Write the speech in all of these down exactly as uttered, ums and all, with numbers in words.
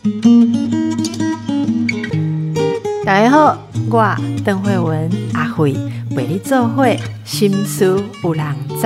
大家好，我邓惠文阿惠陪你做伙，心事有人知。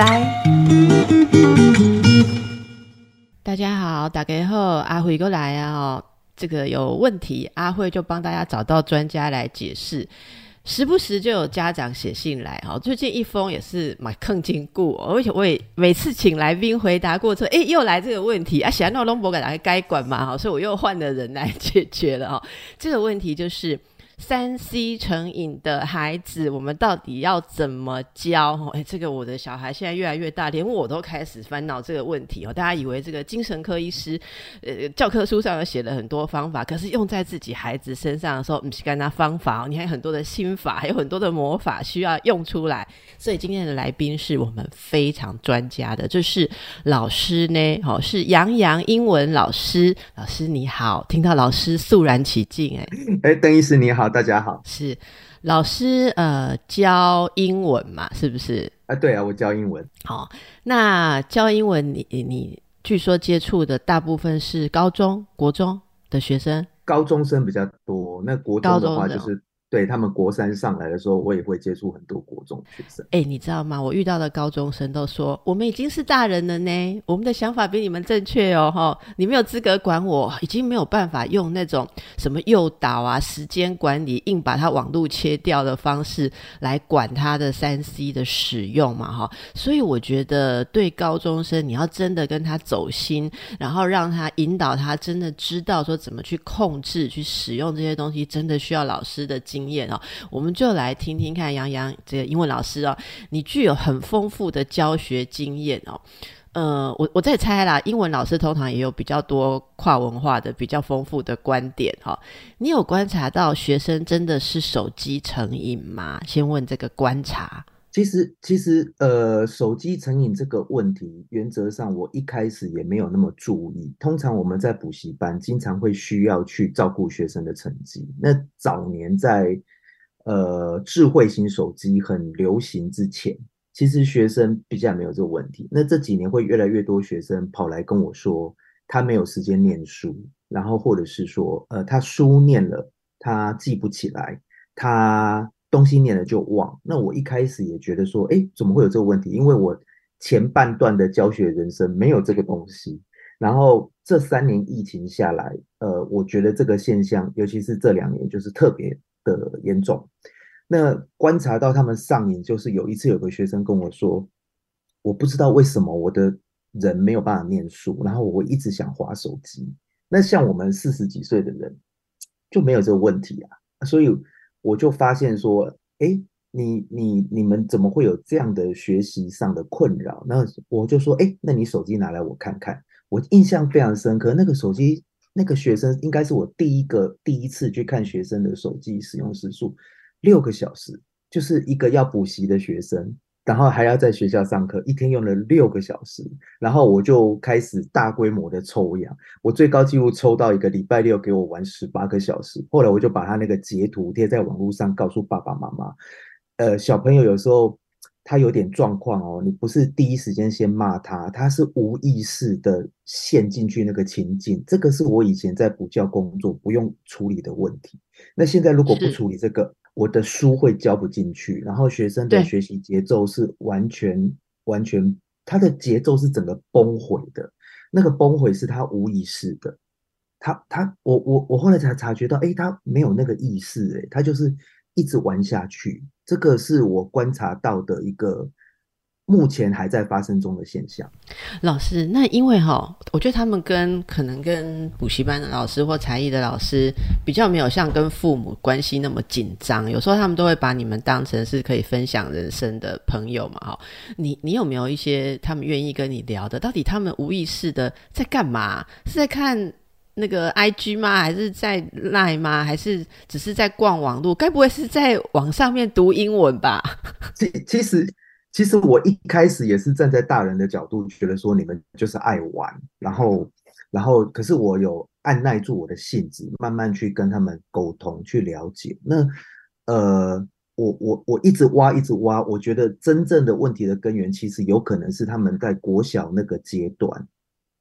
大家好，大家好，阿惠又来啊、哦！这个有问题，阿惠就帮大家找到专家来解释。时不时就有家长写信来，最近一封也是蛮坑金固，而且我也每次请来宾回答过之后，诶又来这个问题啊，想到龙博给大家该管嘛，所以我又换了人来解决了。这个问题就是三 C 成瘾的孩子，我们到底要怎么教？哎，这个我的小孩现在越来越大，连我都开始烦恼这个问题哦。大家以为这个精神科医师，呃，教科书上有写了很多方法，可是用在自己孩子身上的时候，不是干那方法哦，你还有很多的心法，还有很多的魔法需要用出来。所以今天的来宾是我们非常专家的，就是老师呢，哦，是杨洋英文老师。老师你好，听到老师肃然起敬，哎， 哎，邓医师你好，大家好。 是老师呃教英文嘛，是不是啊，对啊，我教英文。 好、哦，那教英文你你据说接触的大部分是高中国中的学生？ 高中生比较多，那国中的高中生话就是对他们国三上来的时候，我也会接触很多国中学生。 哎，你知道吗？我遇到的高中生都说，我们已经是大人了呢，我们的想法比你们正确哦，哈，你没有资格管我，已经没有办法用那种什么诱导啊、时间管理，硬把他网路切掉的方式来管他的三 C 的使用嘛，哈。所以我觉得对高中生，你要真的跟他走心，然后让他引导他真的知道说怎么去控制、去使用这些东西，真的需要老师的经验哦。我们就来听听看杨洋这个英文老师哦，你具有很丰富的教学经验哦。呃，我我在猜啦，英文老师通常也有比较多跨文化的、比较丰富的观点哈、哦。你有观察到学生真的是手机成瘾吗？先问这个观察。 其实，其实，呃，手机成瘾这个问题，原则上我一开始也没有那么注意。通常我们在补习班经常会需要去照顾学生的成绩。那早年在呃智慧型手机很流行之前，其实学生比较没有这个问题。那这几年会越来越多学生跑来跟我说，他没有时间念书，然后或者是说，呃，他书念了，他记不起来。他东西念了就忘。那我一开始也觉得说，哎，怎么会有这个问题？因为我前半段的教学人生没有这个东西。然后这三年疫情下来，呃，我觉得这个现象，尤其是这两年，就是特别的严重。那观察到他们上瘾，就是有一次有个学生跟我说，我不知道为什么我的人没有办法念书，然后我会一直想滑手机。那像我们四十几岁的人就没有这个问题啊，所以我就发现说，哎，你你你们怎么会有这样的学习上的困扰？那我就说，哎，那你手机拿来我看看。我印象非常深刻，那个手机那个学生应该是我第一个第一次去看学生的手机使用时数，六个小时，就是一个要补习的学生，然后还要在学校上课，一天用了六个小时，然后我就开始大规模的抽样，我最高纪录抽到一个礼拜六给我玩十八个小时，后来我就把他那个截图贴在网络上，告诉爸爸妈妈。呃，小朋友有时候他有点状况哦，你不是第一时间先骂他，他是无意识的陷进去那个情境，这个是我以前在补教工作不用处理的问题。那现在如果不是， 处理这个，我的书会教不进去，然后学生的对， 学习节奏是完全完全，他的节奏是整个崩毁的。那个崩毁是他无意识的，他他我我我后来才察觉到，哎，他没有那个意识，哎，他就是一直玩下去。这个是我观察到的一个目前还在发生中的现象。 老师，那因为哈，我觉得他们跟可能跟补习班的老师或才艺的老师比较没有像跟父母关系那么紧张，有时候他们都会把你们当成是可以分享人生的朋友嘛。哈，你你有没有一些他们愿意跟你聊的？到底他们无意识的在干嘛？是在看那个 I G 吗？还是在 Line 吗？还是只是在逛网络？该不会是在网上面读英文吧？ 其其实其实我一开始也是站在大人的角度，觉得说你们就是爱玩，然后然后可是我有按耐住我的性子，慢慢去跟他们沟通，去了解。那呃，我我我一直挖一直挖，我觉得真正的问题的根源，其实有可能是他们在国小那个阶段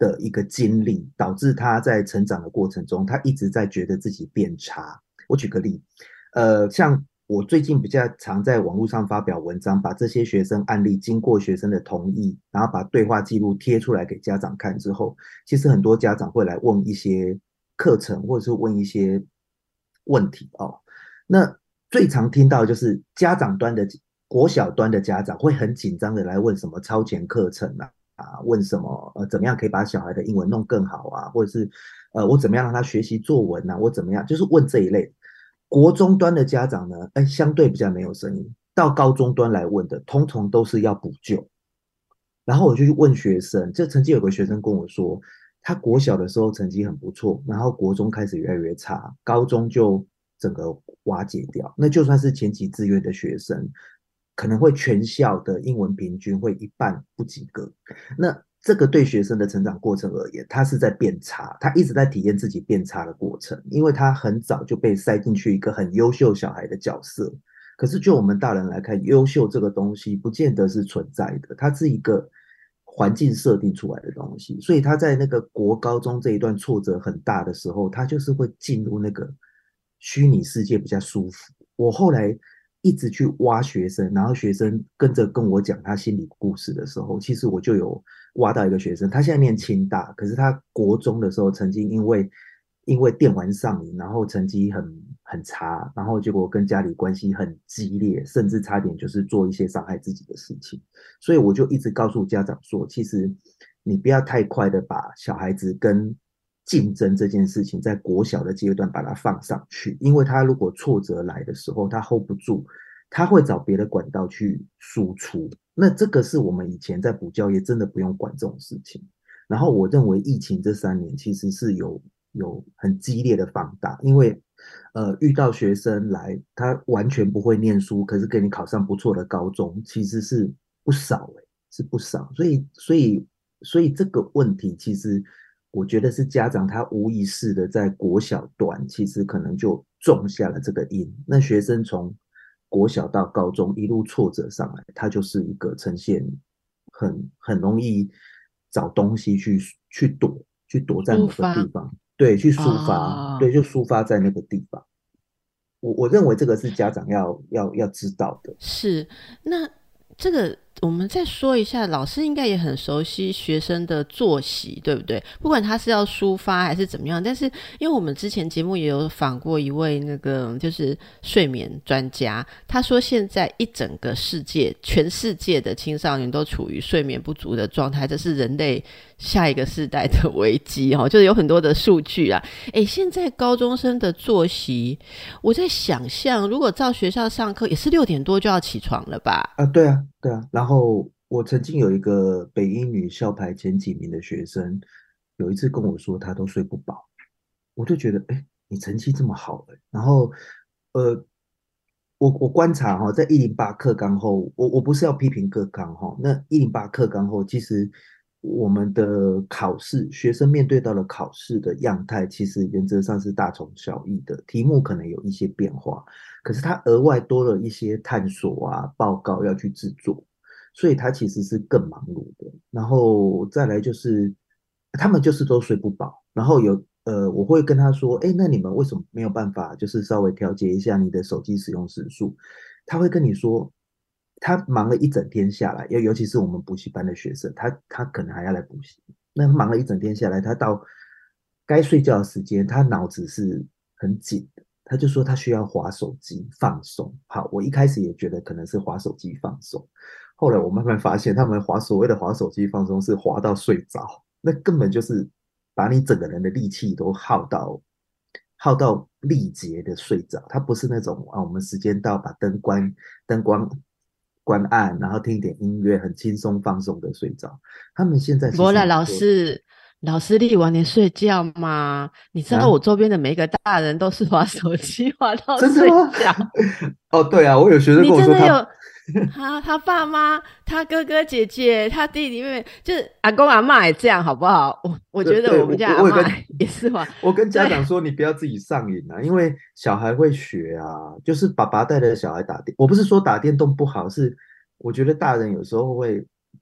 的一个经历，导致他在成长的过程中，他一直在觉得自己变差。我举个例，呃，像我最近比较常在网络上发表文章，把这些学生案例经过学生的同意，然后把对话记录贴出来给家长看之后，其实很多家长会来问一些课程，或者是问一些问题哦。那最常听到就是家长端的国小端的家长会很紧张的来问什么超前课程啊，啊，问什么呃怎么样可以把小孩的英文弄更好啊，或者是呃我怎么样让他学习作文啊，我怎么样，就是问这一类。国中端的家长呢，哎，相对比较没有声音，到高中端来问的，通常都是要补救。然后我就去问学生，这曾经有个学生跟我说，他国小的时候成绩很不错，然后国中开始越来越差，高中就整个瓦解掉。那就算是前几志愿的学生，可能会全校的英文平均会一半不及格。那这个对学生的成长过程而言，他是在变差，他一直在体验自己变差的过程，因为他很早就被塞进去一个很优秀小孩的角色。可是就我们大人来看，优秀这个东西不见得是存在的，它是一个环境设定出来的东西。所以他在那个国高中这一段挫折很大的时候，他就是会进入那个虚拟世界比较舒服。我后来一直去挖学生，然后学生跟着跟我讲他心理故事的时候，其实我就有挖到一个学生，他现在念清大，可是他国中的时候曾经因为因为电玩上瘾，然后成绩很很差，然后结果跟家里关系很激烈，甚至差点就是做一些伤害自己的事情。所以我就一直告诉家长说，其实你不要太快的把小孩子跟竞争这件事情在国小的阶段把它放上去，因为他如果挫折来的时候，他 hold 不住，他会找别的管道去输出。那这个是我们以前在补教业真的不用管这种事情。然后我认为疫情这三年其实是有有很激烈的放大，因为呃遇到学生来，他完全不会念书，可是给你考上不错的高中，其实是不少诶、欸是不少。所以所以所以这个问题其实我觉得是家长他无意识的在国小段，其实可能就种下了这个因。那学生从国小到高中一路挫折上来，他就是一个呈现很很容易找东西去去躲，去躲在某个地抒发方，对，去抒发， 啊。 对，就抒发在那个地方。我我认为这个是家长要要要知道的。 是，那这个我们再说一下，老师应该也很熟悉学生的作息，对不对？不管他是要抒发还是怎么样，但是因为我们之前节目也有访过一位那个就是睡眠专家，他说现在一整个世界，全世界的青少年都处于睡眠不足的状态，这是人类下一个世代的危机哦，就是有很多的数据啊。诶，现在高中生的作息，我在想象，如果照学校上课，也是六点多就要起床了吧？ 啊，对啊，对啊。然后我曾经有一个北一女校排前几名的学生，有一次跟我说他都睡不饱，我就觉得，哎，你成绩这么好，哎，然后，呃，我我观察哈、在一零八课纲后，我我不是要批评课纲哈、那一零八课纲后，其实我们的考试，学生面对到了考试的样态，其实原则上是大同小异的，题目可能有一些变化，可是它额外多了一些探索啊、报告要去制作，所以它其实是更忙碌的。然后再来就是，他们就是都睡不饱，然后有呃，我会跟他说，哎，那你们为什么没有办法，就是稍微调节一下你的手机使用时数？他会跟你说，他忙了一整天下来，尤尤其是我们补习班的学生，他他可能还要来补习，那忙了一整天下来，他到该睡觉的时间，他脑子是很紧的，他就说他需要滑手机放松。好，我一开始也觉得可能是滑手机放松，后来我慢慢发现，他们滑所谓的滑手机放松是滑到睡着，那根本就是把你整个人的力气都耗到耗到力竭的睡着。它不是那种啊，我们时间到把灯关灯光关暗，然后听一点音乐，很轻松放松的睡着。他们现在其不啦，老实蛮多师，老师，你晚点睡觉嘛？你知道我啊， 周边的每一个大人都是滑手机滑到真的吗？ 睡觉。 哦，对啊，我有学生你跟我说他， 真的有他他爸妈、他哥哥姐姐、他弟弟妹妹，就是阿公阿嬷也这样，好不好？我我觉得对对， 我们家阿我我我有跟嬷也是滑。 我跟家对， 长说，你不要自己上瘾啊，因为小孩会学啊，就是爸爸带着小孩打电，我不是说打电动不好，是我觉得大人有时候会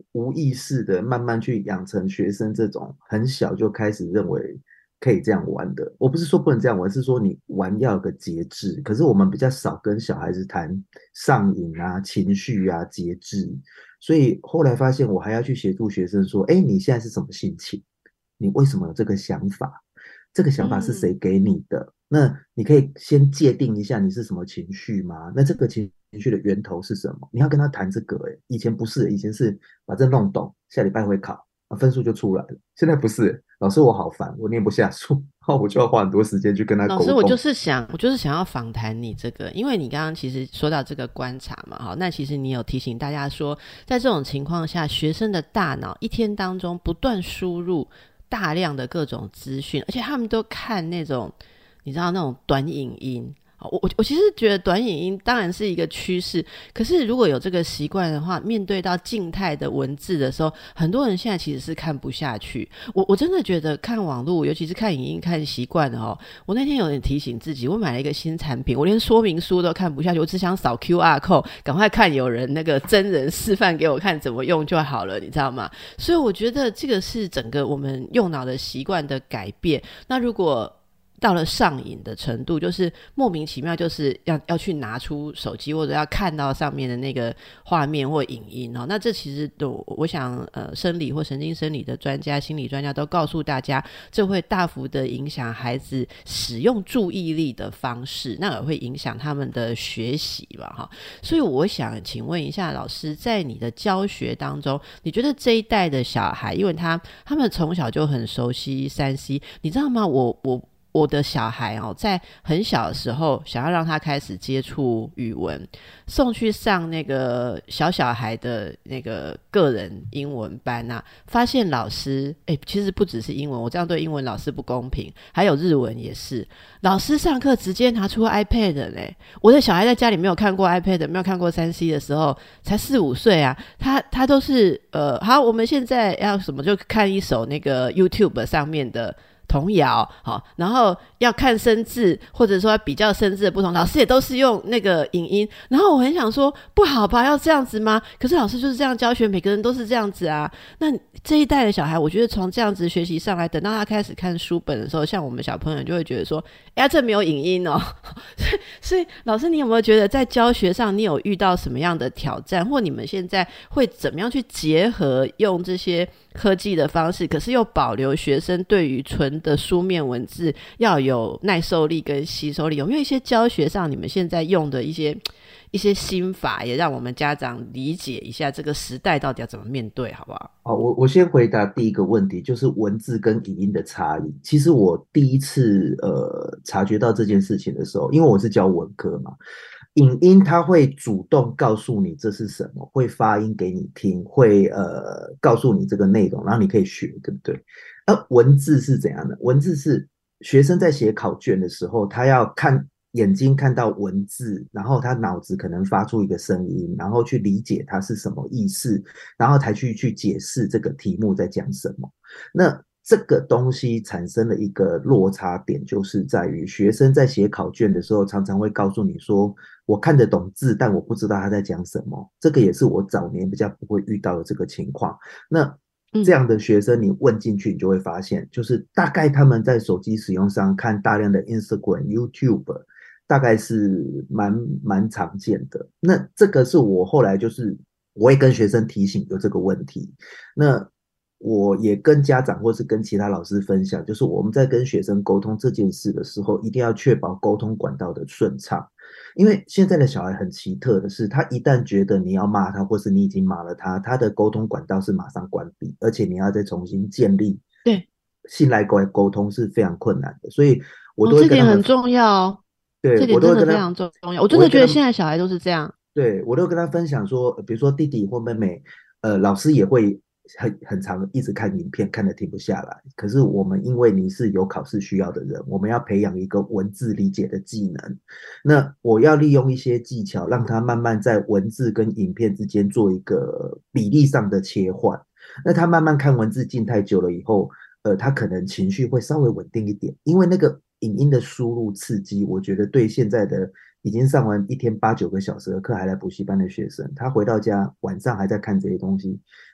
无意识的慢慢去养成学生这种很小就开始认为可以这样玩的。我不是说不能这样玩，是说你玩要有个节制。可是我们比较少跟小孩子谈上瘾啊、情绪啊、节制，所以后来发现我还要去协助学生说：“哎，你现在是什么心情？你为什么有这个想法？这个想法是谁嗯。 给你的？那你可以先界定一下你是什么情绪吗？那这个情绪的源头是什么？你要跟他谈这个、欸。以前不是，以前是把这弄懂，下礼拜会考，啊，分数就出来了。现在不是，老师我好烦，我念不下书，然后我就要花很多时间去跟他老师，我就沟通。 是想，我就是想要访谈你这个，因为你刚刚其实说到这个观察嘛，哈，那其实你有提醒大家说，在这种情况下，学生的大脑一天当中不断输入大量的各种资讯，而且他们都看那种，你知道那种短影音。我我我其实觉得短影音当然是一个趋势，可是如果有这个习惯的话，面对到静态的文字的时候，很多人现在其实是看不下去。我我真的觉得看网络，尤其是看影音看习惯了哦。我那天有点提醒自己，我买了一个新产品，我连说明书都看不下去，我只想扫 Q R code， 赶快看有人那个真人示范给我看怎么用就好了，你知道吗？所以我觉得这个是整个我们用脑的习惯的改变。那如果到了上瘾的程度，就是莫名其妙就是要要去拿出手机或者要看到上面的那个画面或影音哦。那这其实都我想呃生理或神经生理的专家心理专家都告诉大家，这会大幅的影响孩子使用注意力的方式，那也会影响他们的学习吧哈。所以我想请问一下老师，在你的教学当中，你觉得这一代的小孩，因为他他们从小就很熟悉三 C， 你知道吗？我我我的小孩哦，在很小的时候想要让他开始接触语文，送去上那个小小孩的那个个人英文班啊，发现老师诶其实不只是英文，我这样对英文老师不公平，还有日文也是，老师上课直接拿出 iPad 嘞。我的小孩在家里没有看过 iPad， 没有看过 三 C 的时候才四五岁啊，他他都是呃好，我们现在要什么就看一首那个 YouTube 上面的童谣，好，然后要看生字，或者说比较生字的不同，老师也都是用那个影音。然后我很想说，不好吧，要这样子吗？可是老师就是这样教学，每个人都是这样子啊。那这一代的小孩，我觉得从这样子学习上来，等到他开始看书本的时候，像我们小朋友就会觉得说，哎呀，这没有影音哦。所以，所以老师，你有没有觉得在教学上，你有遇到什么样的挑战，或你们现在会怎么样去结合用这些科技的方式，可是又保留学生对于纯的书面文字要有耐受力跟吸收力？有没有一些教学上你们现在用的一些一些心法，也让我们家长理解一下这个时代到底要怎么面对，好不好？ 好，我我先回答第一个问题，就是文字跟语音的差异。其实我第一次呃察觉到这件事情的时候，因为我是教文科嘛，影音它会主动告诉你这是什么，会发音给你听，会呃告诉你这个内容，然后你可以学，对不对？而文字是怎样的？文字是学生在写考卷的时候，他要看眼睛看到文字，然后他脑子可能发出一个声音，然后去理解它是什么意思，然后才去去解释这个题目在讲什么。那这个东西产生了一个落差点，就是在于学生在写考卷的时候，常常会告诉你说：“我看得懂字，但我不知道他在讲什么。”这个也是我早年比较不会遇到的这个情况。那这嗯。 样的学生，你问进去，你就会发现，就是大概他们在手机使用上看大量的 Instagram、YouTube，大概是蛮蛮常见的。那这个是我后来就是我会跟学生提醒有这个问题。那我也跟家长或是跟其他老师分享，就是我们在跟学生沟通这件事的时候，一定要确保沟通管道的顺畅。因为现在的小孩很奇特的是，他一旦觉得你要骂他，或是你已经骂了他，他的沟通管道是马上关闭，而且你要再重新建立对。 信赖沟沟通是非常困难的。所以我哦， 都会跟他们， 这点很重要哦， 对， 这点真的非我都会跟他， 常重要。我真的觉得我会跟他们现在小孩都是这样。 对，我都跟他分享说，呃比如说弟弟或妹妹，呃，老师也会很很长一直看影片，看得停不下来。可是我们因为你是有考试需要的人，我们要培养一个文字理解的技能。那我要利用一些技巧，让他慢慢在文字跟影片之间做一个比例上的切换。那他慢慢看文字静态久了以后，呃，他可能情绪会稍微稳定一点，因为那个影音的输入刺激，我觉得对现在的已经上完一天八九个小时的课还来补习班的学生，他回到家晚上还在看这些东西，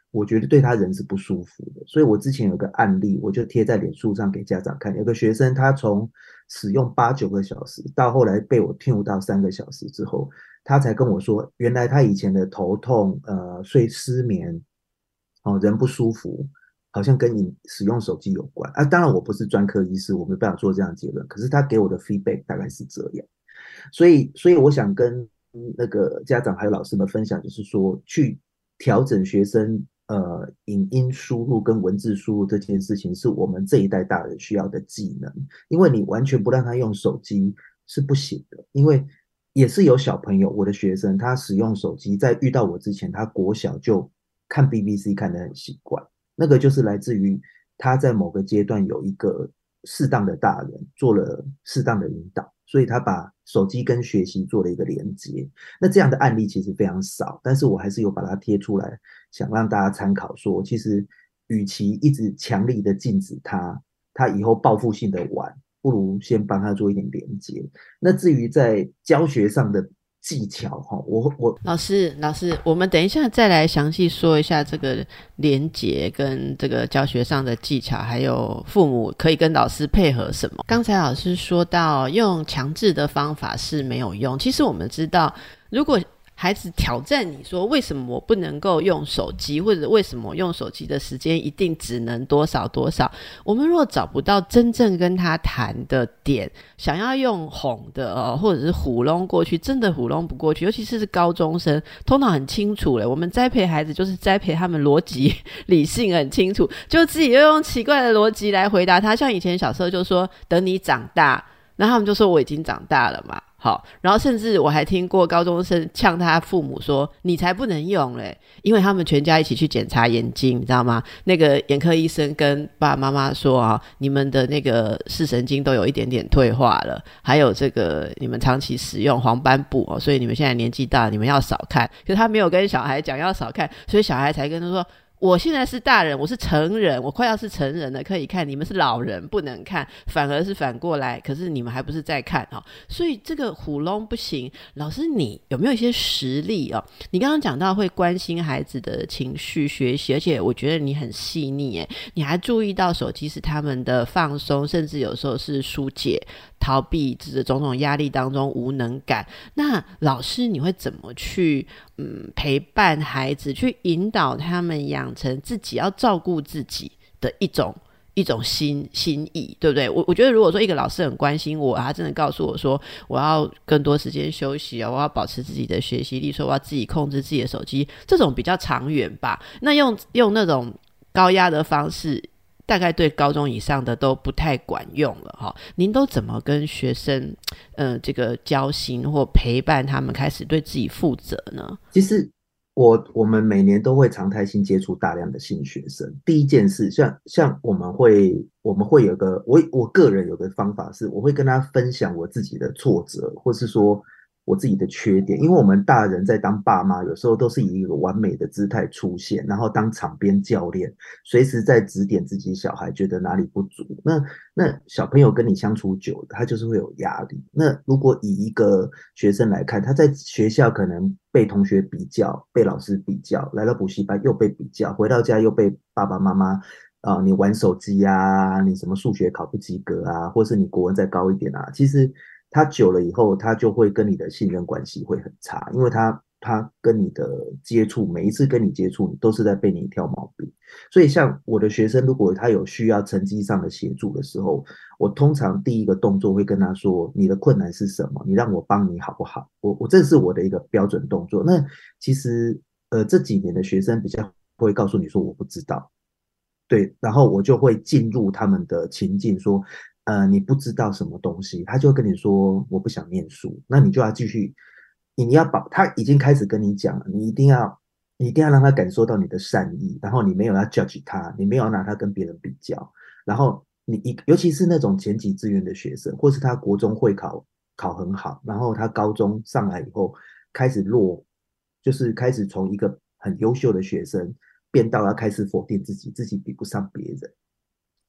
我觉得对他人是不舒服的。所以我之前有个案例，我就贴在脸书上给家长看，有个学生他从使用八九个小时，到后来被我 tune 到三个小时之后，他才跟我说，原来他以前的头痛、呃睡失眠、哦人不舒服，好像跟你使用手机有关啊。当然我不是专科医师，我没办法做这样的结论，可是他给我的 feedback 大概是这样。所以，所以我想跟那个家长还有老师们分享，就是说去调整学生呃影音输入跟文字输入这件事情，是我们这一代大人需要的技能。因为你完全不让他用手机是不行的，因为也是有小朋友，我的学生他使用手机，在遇到我之前，他国小就看 B B C 看得很习惯，那个就是来自于他在某个阶段有一个适当的大人做了适当的引导，所以他把手机跟学习做了一个连接。那这样的案例其实非常少，但是我还是有把它贴出来，想让大家参考说，其实与其一直强力的禁止他，他以后报复性的玩，不如先帮他做一点连接。那至于在教学上的技巧，哈，我我老师，老师，我们等一下再来详细说一下这个连结跟这个教学上的技巧，还有父母可以跟老师配合什么。刚才老师说到用强制的方法是没有用，其实我们知道，如果孩子挑战你说为什么我不能够用手机，或者为什么用手机的时间一定只能多少多少，我们如果找不到真正跟他谈的点，想要用哄的、哦、或者是唬弄过去，真的唬弄不过去，尤其是高中生头脑很清楚了，我们栽培孩子就是栽培他们逻辑理性很清楚，就自己又用奇怪的逻辑来回答他。像以前小时候就说等你长大，然后他们就说我已经长大了嘛，好，然后甚至我还听过高中生呛他父母说你才不能用嘞，因为他们全家一起去检查眼睛，你知道吗？那个眼科医生跟爸爸妈妈说啊，你们的那个视神经都有一点点退化了，还有这个你们长期使用黄斑部哦，所以你们现在年纪大，你们要少看。可是他没有跟小孩讲要少看，所以小孩才跟他说我现在是大人，我是成人，我快要是成人了，可以看，你们是老人不能看，反而是反过来，可是你们还不是在看哦，所以这个唬弄不行。老师你有没有一些实例哦？你刚刚讲到会关心孩子的情绪学习，而且我觉得你很细腻耶，你还注意到手机是他们的放松，甚至有时候是疏解逃避这种种压力当中无能感。那老师你会怎么去嗯陪伴孩子，去引导他们养成自己要照顾自己的一种一种心心意，对不对？我我觉得如果说一个老师很关心我，他真的告诉我说我要更多时间休息啊，我要保持自己的学习力，说我要自己控制自己的手机，这种比较长远吧。那用用那种高压的方式，大概对高中以上的都不太管用了哈。您都怎么跟学生呃这个交心或陪伴他们开始对自己负责呢？ 其实我我们每年都会常态性接触大量的新学生。第一件事，像像我们会我们会有个我我个人有个方法是，我会跟他分享我自己的挫折，或是说我自己的缺点。因为我们大人在当爸妈，有时候都是以一个完美的姿态出现，然后当场边教练，随时在指点自己小孩觉得哪里不足。那那小朋友跟你相处久了，他就是会有压力。那如果以一个学生来看，他在学校可能被同学比较，被老师比较，来到补习班又被比较，回到家又被爸爸妈妈啊、呃你玩手机啊，你什么数学考不及格啊，或是你国文再高一点啊，其实他久了以后，他就会跟你的信任关系会很差，因为他他跟你的接触，每一次跟你接触，都是在被你挑毛病。所以像我的学生，如果他有需要成绩上的协助的时候，我通常第一个动作会跟他说：“你的困难是什么？你让我帮你好不好？”我我这是我的一个标准动作。那其实呃这几年的学生比较会告诉你说我不知道，对，然后我就会进入他们的情境说，呃，你不知道什么东西，他就会跟你说我不想念书，那你就要继续，你要把他已经开始跟你讲了，你一定要，你一定要让他感受到你的善意，然后你没有要 judge 他，你没有要拿他跟别人比较，然后你一尤其是那种前几志愿的学生，或是他国中会考考很好，然后他高中上来以后开始落，就是开始从一个很优秀的学生。变到要开始否定自己，自己比不上别人。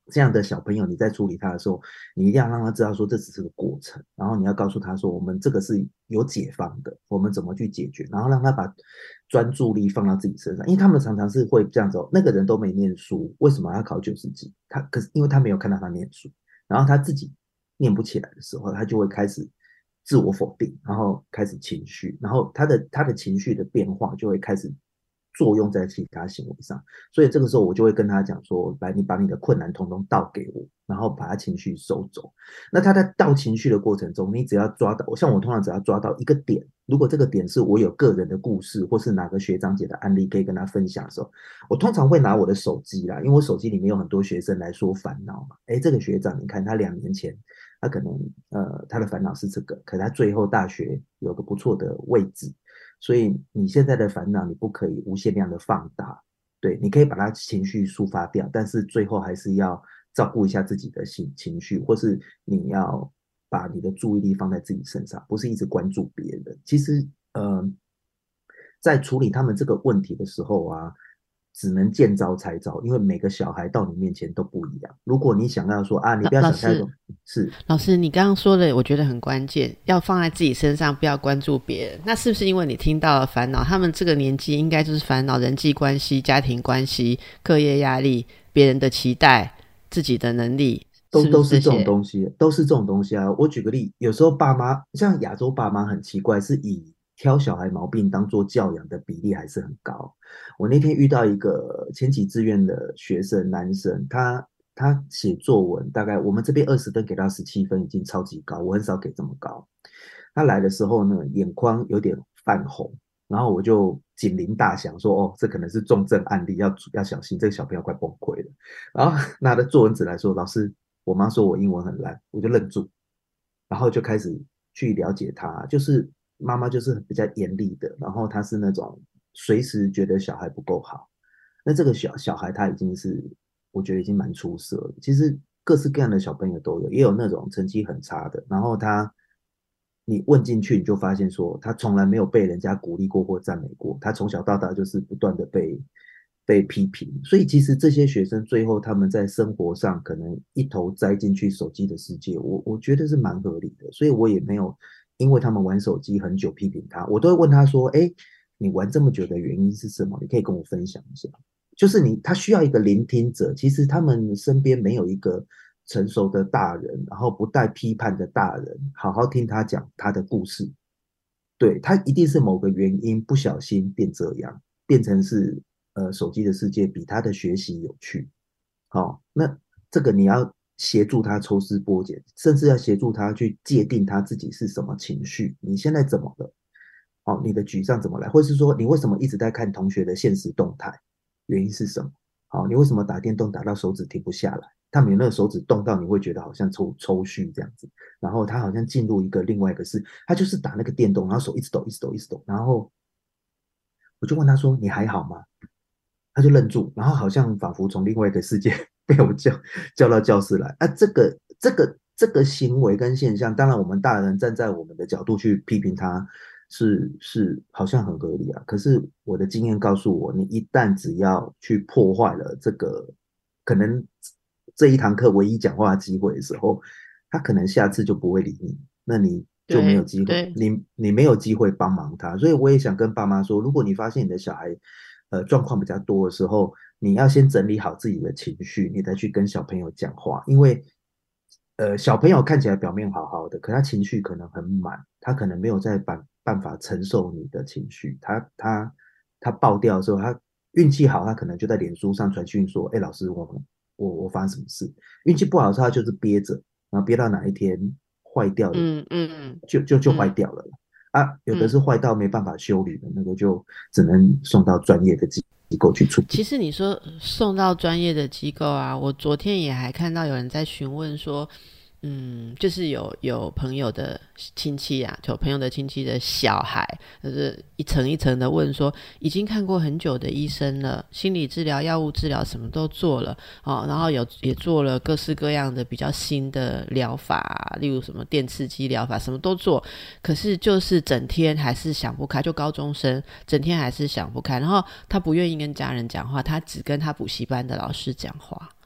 这样的小朋友，你在处理他的时候，你一定要让他知道说这只是个过程，然后你要告诉他说，我们这个是有解方的，我们怎么去解决，然后让他把专注力放到自己身上，因为他们常常是会这样子哦，那个人都没念书，为什么要考九十几？他可是因为他没有看到他念书，然后他自己念不起来的时候，他就会开始自我否定，然后开始情绪，然后他的他的情绪的变化就会开始作用在其他行为上。所以这个时候我就会跟他讲说，来，你把你的困难统统倒给我，然后把他情绪收走。那他在倒情绪的过程中，你只要抓到，像我通常只要抓到一个点，如果这个点是我有个人的故事，或是哪个学长姐的案例可以跟他分享的时候，我通常会拿我的手机啦，因为我手机里面有很多学生来说烦恼嘛。哎，这个学长，你看他两年前，他可能呃他的烦恼是这个，可他最后大学有个不错的位置，所以你现在的烦恼你不可以无限量的放大，对，你可以把他情绪抒发掉，但是最后还是要照顾一下自己的情情绪，或是你要把你的注意力放在自己身上，不是一直关注别人。其实，呃，在处理他们这个问题的时候啊，只能见招拆招，因为每个小孩到你面前都不一样。如果你想要说啊，你老不要老师， 想太多，是老师，你刚刚说的，我觉得很关键，要放在自己身上，不要关注别人。那是不是因为你听到了烦恼？他们这个年纪应该就是烦恼人际关系、家庭关系、课业压力、别人的期待、自己的能力， 都是不是都是这种这些？ 东西，都是这种东西啊。我举个例，有时候爸妈像亚洲爸妈很奇怪，是以挑小孩毛病当做教养的比例还是很高。我那天遇到一个前几志愿的学生，男生，他他写作文，大概我们这边二十分给到十七分，已经超级高，我很少给这么高。他来的时候呢，眼眶有点泛红，然后我就警铃大响说，哦，这可能是重症案例，要要小心，这个小朋友快崩溃了。然后拿着作文纸来说，老师，我妈说我英文很烂，我就愣住，然后就开始去了解他，就是妈妈就是比较严厉的，然后他是那种随时觉得小孩不够好，那这个小小孩他已经是我觉得已经蛮出色了。其实各式各样的小朋友都有，也有那种成绩很差的，然后他你问进去，你就发现说他从来没有被人家鼓励过或赞美过，他从小到大就是不断的被被批评，所以其实这些学生最后他们在生活上可能一头栽进去手机的世界，我我觉得是蛮合理的，所以我也没有因为他们玩手机很久批评他，我都会问他说，哎，你玩这么久的原因是什么？你可以跟我分享一下。就是你，他需要一个聆听者。其实他们身边没有一个成熟的大人，然后不带批判的大人，好好听他讲他的故事。对，他一定是某个原因不小心变这样，变成是呃手机的世界比他的学习有趣。好、哦，那这个你要协助他抽丝剥茧，甚至要协助他去界定他自己是什么情绪。你现在怎么了？哦，你的沮丧怎么来？或是说你为什么一直在看同学的现实动态？原因是什么？好、哦，你为什么打电动打到手指停不下来？他们有那个手指动到你会觉得好像抽抽搐这样子，然后他好像进入一个另外一个世，他就是打那个电动，然后手一直抖，一直抖，一直抖，然后我就问他说：“你还好吗？”他就愣住，然后好像仿佛从另外一个世界被我叫叫到教室来。啊，这个这个这个行为跟现象，当然我们大人站在我们的角度去批评他是是好像很合理啊。可是我的经验告诉我，你一旦只要去破坏了这个可能这一堂课唯一讲话的机会的时候，他可能下次就不会理你，那你就没有机会， 对对， 你你没有机会帮忙他。所以我也想跟爸妈说，如果你发现你的小孩呃状况比较多的时候，你要先整理好自己的情绪，你再去跟小朋友讲话，因为呃小朋友看起来表面好好的，可他情绪可能很满，他可能没有在办办法承受你的情绪，他他他爆掉的时候，他运气好，他可能就在脸书上传讯说，哎，老师，我我我发生什么事？运气不好的时候，他就是憋着，然后憋到哪一天坏掉了， 嗯嗯就就就坏嗯掉了。啊，有的嗯。 是坏到没办法修理的，那个就只能送到专业的机机构去处理。 其实你说送到专业的机构啊，我昨天也还看到有人在询问说，嗯，就是有有朋友的亲戚啊，有朋友的亲戚的小孩，就是一层一层的问说，已经看过很久的医生了，心理治疗、药物治疗什么都做了哦，然后有也做了各式各样的比较新的疗法啊，例如什么电刺激疗法，什么都做，可是就是整天还是想不开，就高中生整天还是想不开，然后他不愿意跟家人讲话，他只跟他补习班的老师讲话。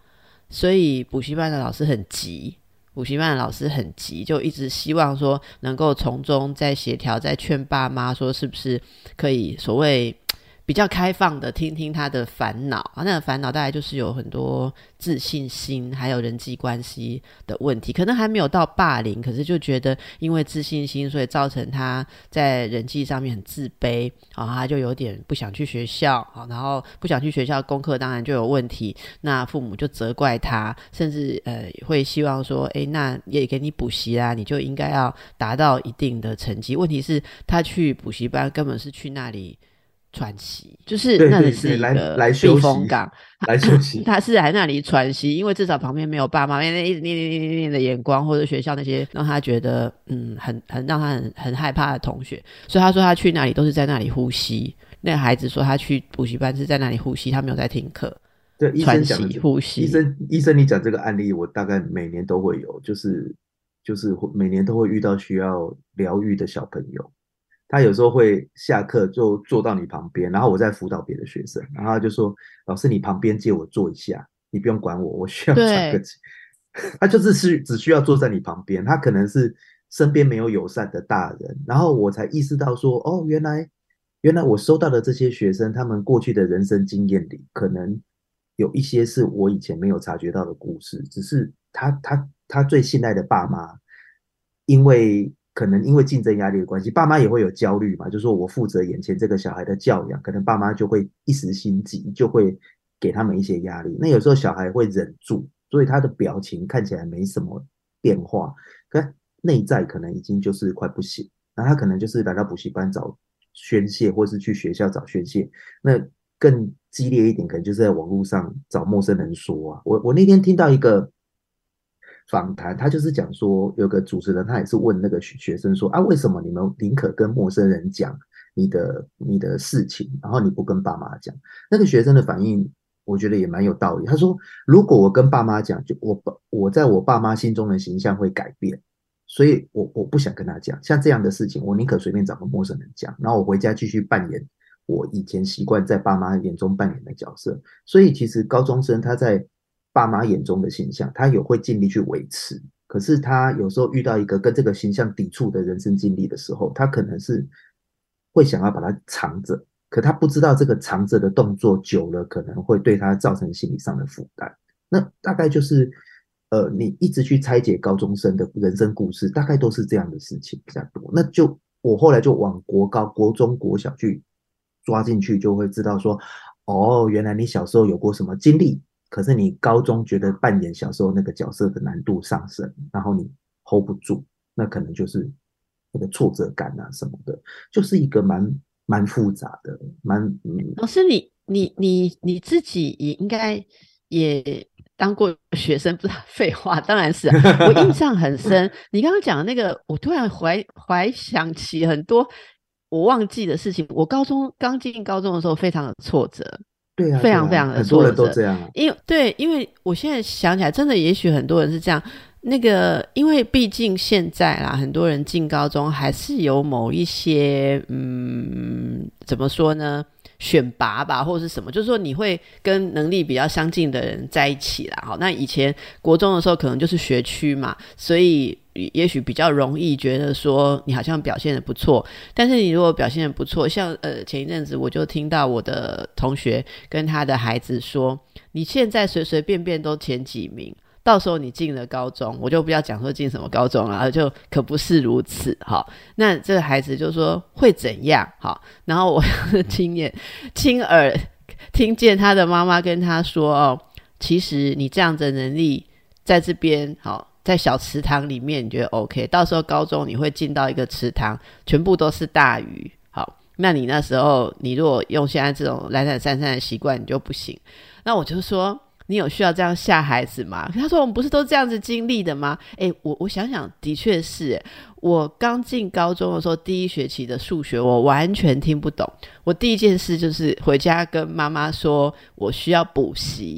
所以补习班的老师很急，补习班的老师很急，就一直希望说能够从中再协调，再劝爸妈说是不是可以所谓比较开放的听听他的烦恼啊，那个烦恼大概就是有很多自信心还有人际关系的问题，可能还没有到霸凌，可是就觉得因为自信心所以造成他在人际上面很自卑啊，他就有点不想去学校啊，然后不想去学校，功课当然就有问题，那父母就责怪他，甚至呃会希望说诶那也给你补习啦，你就应该要达到一定的成绩，问题是他去补习班根本是去那里喘息，就是那里是一个避风港， 来休息， 他是来那里喘息，因为至少旁边没有爸妈，因为一直念念念念的眼光，或者学校那些让他觉得嗯很很让他很很害怕的同学，所以他说他去那里都是在那里呼吸。那个孩子说他去补习班是在那里呼吸，他没有在听课。 对，医生讲的呼吸， 医生医生你讲这个案例，我大概每年都会有，就是就是每年都会遇到需要疗愈的小朋友。他有时候会下课就坐到你旁边，然后我在辅导别的学生，然后他就说：“老师，你旁边借我坐一下，你不用管我，我需要喘个气。”他就是是只需要坐在你旁边，他可能是身边没有友善的大人，然后我才意识到说：“哦，原来原来我收到的这些学生，他们过去的人生经验里，可能有一些是我以前没有察觉到的故事，只是他他他最信赖的爸妈，因为。”可能因为竞争压力的关系，爸妈也会有焦虑嘛，就是说我负责眼前这个小孩的教养，可能爸妈就会一时心急，就会给他们一些压力。那有时候小孩会忍住，所以他的表情看起来没什么变化，可内在可能已经就是快不行。然后他可能就是来到补习班找宣泄，或是去学校找宣泄。那更激烈一点，可能就是在网络上找陌生人说啊。我我那天听到一个访谈，他就是讲说，有个主持人他也是问那个学生说啊，为什么你们宁可跟陌生人讲你的你的事情，然后你不跟爸妈讲？那个学生的反应，我觉得也蛮有道理。他说，如果我跟爸妈讲，就我我在我爸妈心中的形象会改变，所以我我不想跟他讲。像这样的事情，我宁可随便找个陌生人讲，然后我回家继续扮演我以前习惯在爸妈眼中扮演的角色。所以其实高中生他在爸妈眼中的形象，他有会尽力去维持，可是他有时候遇到一个跟这个形象抵触的人生经历的时候，他可能是会想要把它藏着，可他不知道这个藏着的动作久了可能会对他造成心理上的负担。那大概就是呃，你一直去拆解高中生的人生故事，大概都是这样的事情比较多。那就我后来就往国高、国中、国小去抓进去，就会知道说，哦，原来你小时候有过什么经历。可是你高中觉得扮演小时候那个角色的难度上升，然后你 hold 不住，那可能就是那个挫折感啊什么的，就是一个蛮蛮复杂的，蛮嗯。 老师你，你你你你自己也应该也当过学生，不是废话，当然是、啊、我印象很深。你刚刚讲的那个，我突然怀怀想起很多我忘记的事情。我高中刚进高中的时候，非常的挫折。 对啊， 非常非常的很多人都这样啊。 因为对，因为我现在想起来，真的也许很多人是这样。那个，因为毕竟现在啦，很多人进高中还是有某一些，嗯，怎么说呢？选拔吧，或者是什么，就是说你会跟能力比较相近的人在一起啦。好，那以前国中的时候可能就是学区嘛，所以也许比较容易觉得说你好像表现得不错。但是你如果表现得不错，像呃前一阵子我就听到我的同学跟他的孩子说，你现在随随便便都前几名，到时候你进了高中，我就不要讲说进什么高中了，就可不是如此。好，那这个孩子就说会怎样？好，然后我亲眼亲耳听见他的妈妈跟他说，哦，其实你这样的能力在这边，好，在小池塘里面你觉得 OK， 到时候高中你会进到一个池塘全部都是大鱼，好，那你那时候你如果用现在这种懒懒散散的习惯你就不行。那我就说你有需要这样吓孩子吗？他说我们不是都这样子经历的吗？诶，我我想想的确是。我刚进高中的时候，第一学期的数学我完全听不懂，我第一件事就是回家跟妈妈说我需要补习，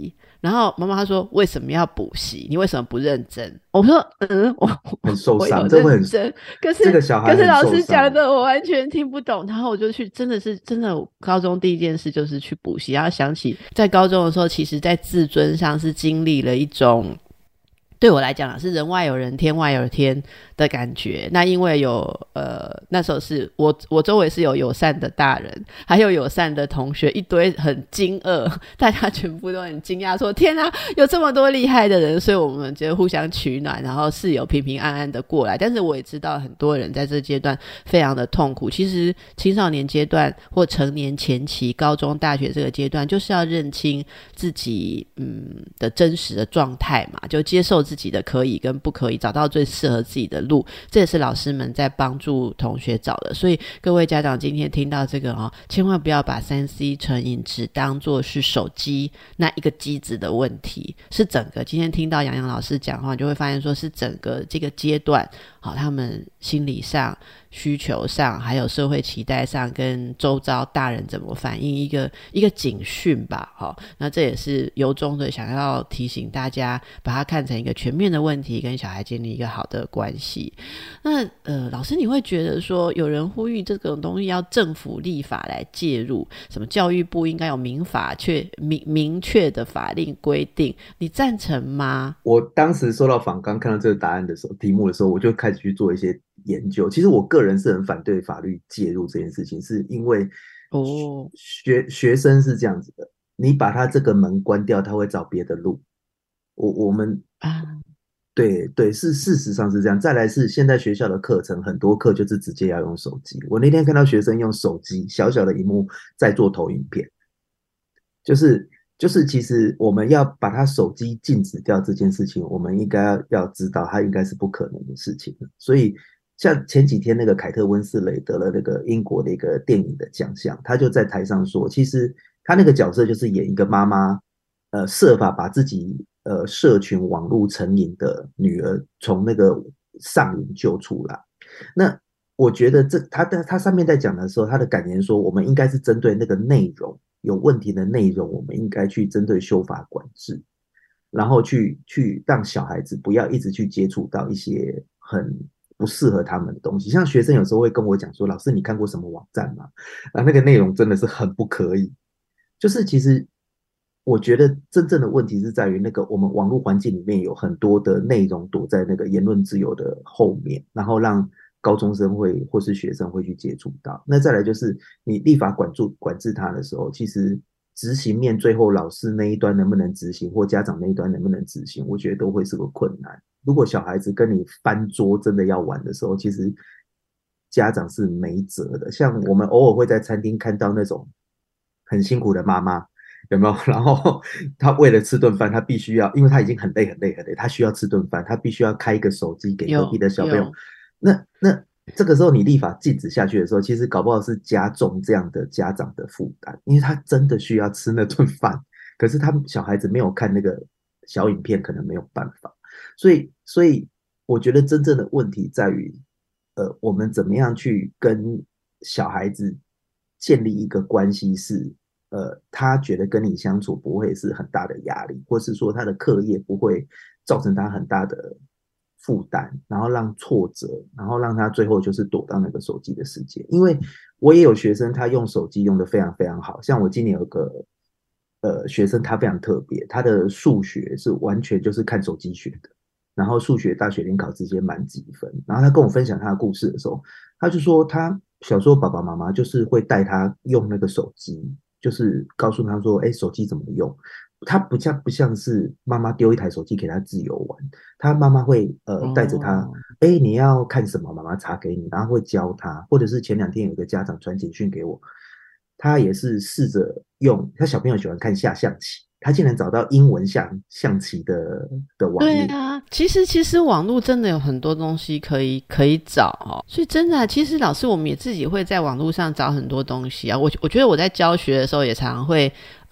然后妈妈她说为什么要补习？你为什么不认真？我说嗯，我很受伤， 我有这会很认真，可是这个小孩可是老师很受伤讲的我完全听不懂，然后我就去，真的是真的，高中第一件事就是去补习，然后想起在高中的时候，其实在自尊上是经历了一种。对我来讲啊，是人外有人，天外有天的感觉。那因为有呃，那时候是我我周围是有友善的大人，还有友善的同学，一堆很惊愕，大家全部都很惊讶，说天啊，有这么多厉害的人，所以我们就互相取暖，然后室友平平安安的过来。但是我也知道很多人在这阶段非常的痛苦。其实青少年阶段或成年前期，高中、大学这个阶段，就是要认清自己嗯的真实的状态嘛，就接受自己自己的可以跟不可以，找到最适合自己的路，这也是老师们在帮助同学找的。所以各位家长今天听到这个哦，千万不要把 三 C 成瘾只当作是手机那一个机子的问题，是整个今天听到洋洋老师讲话，你就会发现说是整个这个阶段好，他们心理上需求上还有社会期待上跟周遭大人怎么反应一个一个警讯吧。好，那这也是由衷的想要提醒大家把它看成一个全面的问题，跟小孩建立一个好的关系。那呃，老师你会觉得说有人呼吁这种东西要政府立法来介入，什么教育部应该有民法确明明确的法令规定，你赞成吗？ 我当时收到访纲看到这个答案的时候题目的时候，我就开始去做一些研究。其实我个人是很反对法律介入这件事情，是因为哦， 学学生是这样子的，你把他这个门关掉，他会找别的路。我我们啊， 对对，是事实上是这样。再来是现在学校的课程，很多课就是直接要用手机。我那天看到学生用手机小小的荧幕在做投影片，就是就是其实我们要把他手机禁止掉这件事情，我们应该要要知道，它应该是不可能的事情。所以像前几天那个凯特温斯雷得了那个英国的一个电影的奖项，他就在台上说，其实他那个角色就是演一个妈妈，呃，设法把自己呃社群网络成瘾的女儿从那个上瘾救出来。那我觉得这他的他上面在讲的时候，他的感言说，我们应该是针对那个内容有问题的内容，我们应该去针对修法管制，然后去去让小孩子不要一直去接触到一些很不适合他们的东西。像学生有时候会跟我讲说，老师你看过什么网站吗？啊，那个内容真的是很不可以。就是其实我觉得真正的问题是在于那个我们网络环境里面有很多的内容躲在那个言论自由的后面，然后让高中生会或是学生会去接触到。那再来就是你立法管住管制它的时候，其实执行面最后老师那一端能不能执行，或家长那一端能不能执行，我觉得都会是个困难。如果小孩子跟你翻桌真的要玩的时候，其实家长是没辙的。像我们偶尔会在餐厅看到那种很辛苦的妈妈，有没有？然后他为了吃顿饭，他必须要，因为他已经很累很累很累，他需要吃顿饭，他必须要开一个手机给隔壁的小朋友。那那这个时候你立法禁止下去的时候，其实搞不好是加重这样的家长的负担，因为他真的需要吃那顿饭，可是他小孩子没有看那个小影片，可能没有办法。所以，所以我觉得真正的问题在于，呃，我们怎么样去跟小孩子建立一个关系是，呃，他觉得跟你相处不会是很大的压力，或是说他的课业不会造成他很大的负担，然后让挫折，然后让他最后就是躲到那个手机的世界。因为我也有学生，他用手机用得非常非常好，像我今年有个呃学生，他非常特别，他的数学是完全就是看手机学的，然后数学大学联考直接满几分。然后他跟我分享他的故事的时候，他就说他小时候爸爸妈妈就是会带他用那个手机，就是告诉他说，哎，手机怎么用。他不像不像是妈妈丢一台手机给他自由玩，他妈妈会呃带着他，哎、哦，你要看什么，妈妈查给你，然后会教他。或者是前两天有一个家长传简讯给我，他也是试着用，他小朋友喜欢看下象棋，他竟然找到英文下象棋的的网页。 对啊，其实其实网络真的有很多东西可以可以找哦，所以真的、啊，其实老师我们也自己会在网络上找很多东西啊。我我觉得我在教学的时候也常常会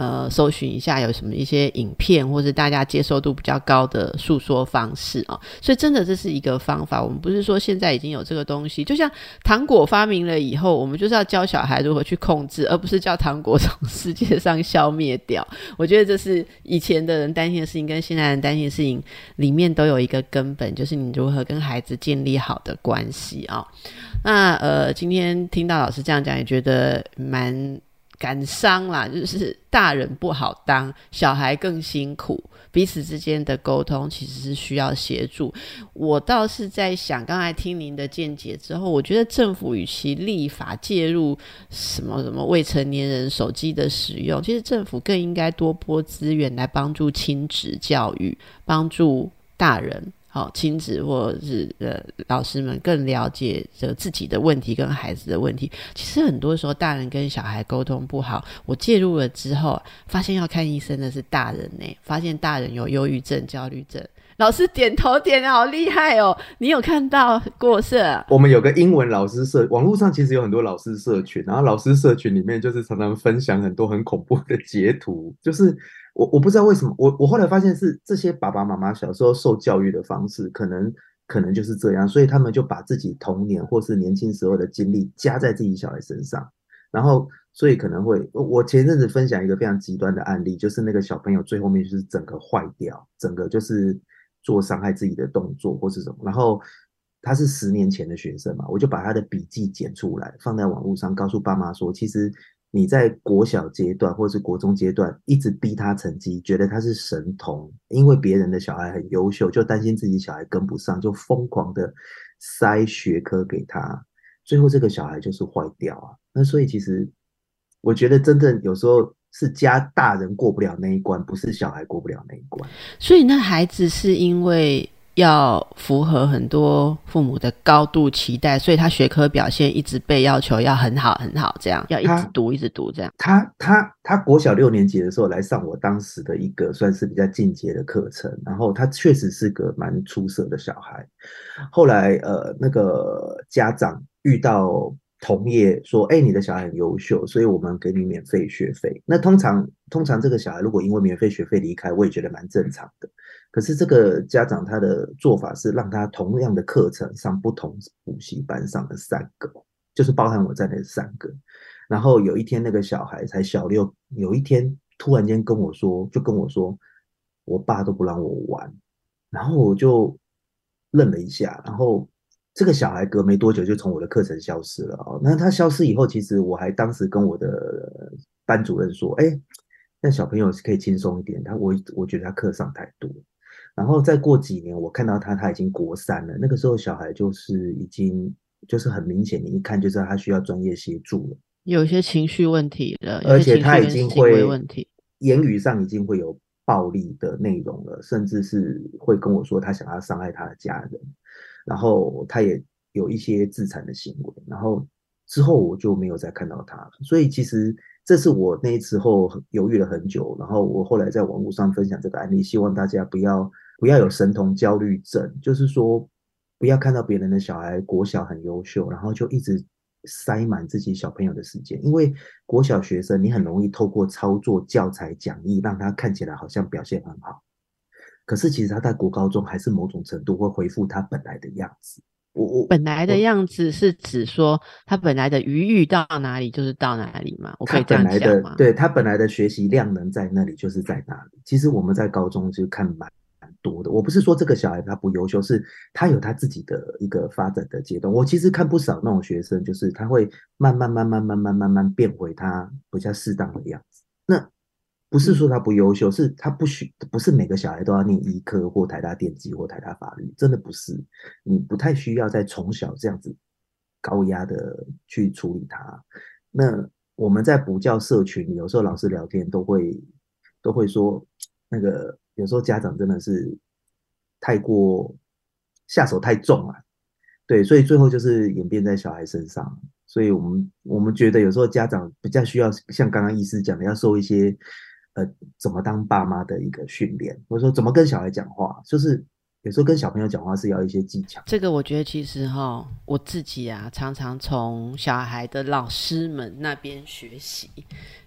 呃搜寻一下有什么一些影片或是大家接受度比较高的诉说方式啊。所以真的这是一个方法，我们不是说现在已经有这个东西，就像糖果发明了以后，我们就是要教小孩如何去控制，而不是叫糖果从世界上消灭掉。我觉得这是以前的人担心的事情跟现在人担心的事情里面都有一个根本，就是你如何跟孩子建立好的关系啊。那呃，今天听到老师这样讲，也觉得蛮感伤啦，就是大人不好当，小孩更辛苦，彼此之间的沟通其实是需要协助。我倒是在想，刚才听您的见解之后，我觉得政府与其立法介入什么什么未成年人手机的使用，其实政府更应该多拨资源来帮助亲子教育，帮助大人好、哦，亲子或者是呃老师们更了解这自己的问题跟孩子的问题。其实很多时候大人跟小孩沟通不好，我介入了之后发现要看医生的是大人呢，发现大人有忧郁症焦虑症。老师点头点得好厉害哦，你有看到过是、啊、 我们有个英文老师社，网络上其实有很多老师社群，然后老师社群里面就是常常分享很多很恐怖的截图，就是我我不知道为什么，我我后来发现是这些爸爸妈妈小时候受教育的方式，可能可能就是这样，所以他们就把自己童年或是年轻时候的经历加在自己小孩身上，然后所以可能会，我前阵子分享一个非常极端的案例，就是那个小朋友最后面就是整个坏掉，整个就是做伤害自己的动作或是什么，然后他是十年前的学生嘛，我就把他的笔记剪出来放在网络上，告诉爸妈说，其实你在国小阶段或是国中阶段一直逼他成绩，觉得他是神童，因为别人的小孩很优秀，就担心自己小孩跟不上，就疯狂的塞学科给他，最后这个小孩就是坏掉啊。那所以其实我觉得真正有时候是家大人过不了那一关，不是小孩过不了那一关。 所以那孩子是因为要符合很多父母的高度期待，所以他学科表现一直被要求要很好很好，这样要一直读一直读这样。 他他他国小六年级的时候来上我当时的一个算是比较进阶的课程，然后他确实是个蛮出色的小孩。后来呃那个家长遇到同业说，哎，你的小孩很优秀，所以我们给你免费学费。那通常通常这个小孩如果因为免费学费离开，我也觉得蛮正常的。可是这个家长他的做法是让他同样的课程上不同补习班上了三个，就是包含我在内的三个。然后有一天那个小孩才小六，有一天突然间跟我说，就跟我说，我爸都不让我玩。然后我就愣了一下，然后这个小孩隔没多久就从我的课程消失了哦。那他消失以后，其实我还当时跟我的班主任说，哎，那小朋友可以轻松一点，他我我觉得他课上太多。然后再过几年，我看到他，他已经国三了。那个时候小孩就是已经就是很明显，你一看就知道他需要专业协助了， 有些情绪问题了， 而且他已经会问题， 言语上已经会有暴力的内容了，甚至是会跟我说他想要伤害他的家人，然后他也有一些自残的行为，然后之后我就没有再看到他了。所以其实这是我那时候犹豫了很久，然后我后来在网络上分享这个案例，希望大家不要不要有神童焦虑症，就是说不要看到别人的小孩国小很优秀，然后就一直塞满自己小朋友的时间，因为国小学生你很容易透过操作教材讲义让他看起来好像表现很好，可是其实他在国高中还是某种程度会恢复他本来的样子。我我本来的样子是指说他本来的余裕到哪里就是到哪里吗？我可以这样讲吗？ 对，他本来的学习量能在那里就是在那里。其实我们在高中就看蛮多的，我不是说这个小孩他不优秀，是他有他自己的一个发展的阶段。我其实看不少那种学生，就是他会慢慢慢慢慢慢慢慢变回他比较适当的样子。那不是说他不优秀，嗯、是他不许不是每个小孩都要念医科或台大电机或台大法律，真的不是。你不太需要在从小这样子高压的去处理他。那我们在补教社群，有时候老师聊天都会都会说，那个有时候家长真的是太过下手太重了，对，所以最后就是演变在小孩身上。所以我们我们觉得有时候家长比较需要像刚刚医师讲的，要受一些呃怎么当爸妈的一个训练，或者说怎么跟小孩讲话，就是有时候跟小朋友讲话是要一些技巧。 这个我觉得其实哈，我自己啊常常从小孩的老师们那边学习，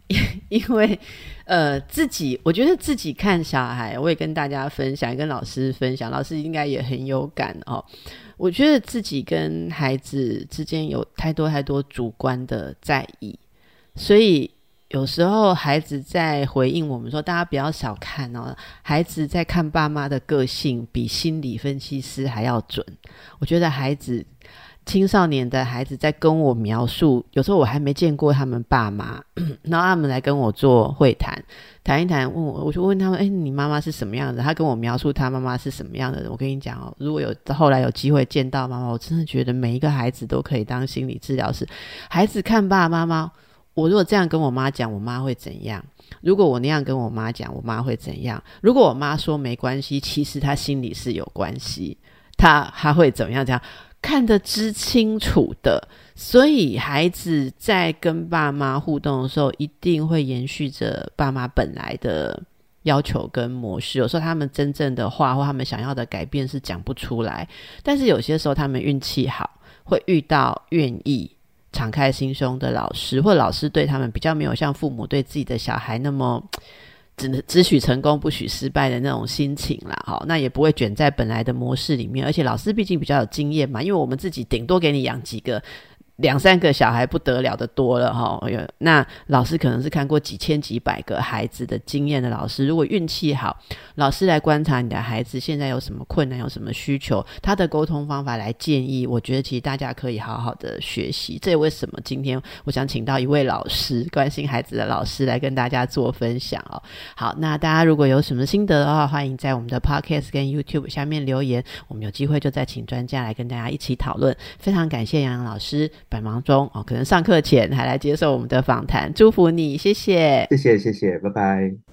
因为呃自己我觉得自己看小孩，我也跟大家分享，跟老师分享，老师应该也很有感哦。我觉得自己跟孩子之间有太多太多主观的在意，所以有时候孩子在回应我们说，大家不要小看哦，孩子在看爸妈的个性比心理分析师还要准。我觉得孩子青少年的孩子在跟我描述，有时候我还没见过他们爸妈然后他们来跟我做会谈，谈一谈，问我，我就问他们，哎，你妈妈是什么样的？他跟我描述他妈妈是什么样的人。我跟你讲哦，如果有后来有机会见到妈妈，我真的觉得每一个孩子都可以当心理治疗师。孩子看爸爸妈妈，我如果这样跟我妈讲，我妈会怎样？如果我那样跟我妈讲，我妈会怎样？如果我妈说没关系，其实她心里是有关系，她还会怎么样？这样看得知清楚的。所以孩子在跟爸妈互动的时候，一定会延续着爸妈本来的要求跟模式。有时候他们真正的话或他们想要的改变是讲不出来，但是有些时候他们运气好，会遇到愿意敞开心胸的老师，或老师对他们比较没有像父母对自己的小孩那么只只许成功不许失败的那种心情啦，那也不会卷在本来的模式里面。而且老师毕竟比较有经验嘛，因为我们自己顶多给你养几个两三个小孩不得了的多了齁，那老师可能是看过几千几百个孩子的经验的老师，如果运气好，老师来观察你的孩子现在有什么困难，有什么需求，他的沟通方法来建议，我觉得其实大家可以好好的学习。这也为什么今天我想请到一位老师，关心孩子的老师来跟大家做分享哦。好，那大家如果有什么心得的话，欢迎在我们的 Podcast 跟 YouTube 下面留言，我们有机会就再请专家来跟大家一起讨论。非常感谢杨洋老师百忙中、哦、可能上课前还来接受我们的访谈，祝福你，谢谢谢谢谢谢，拜拜。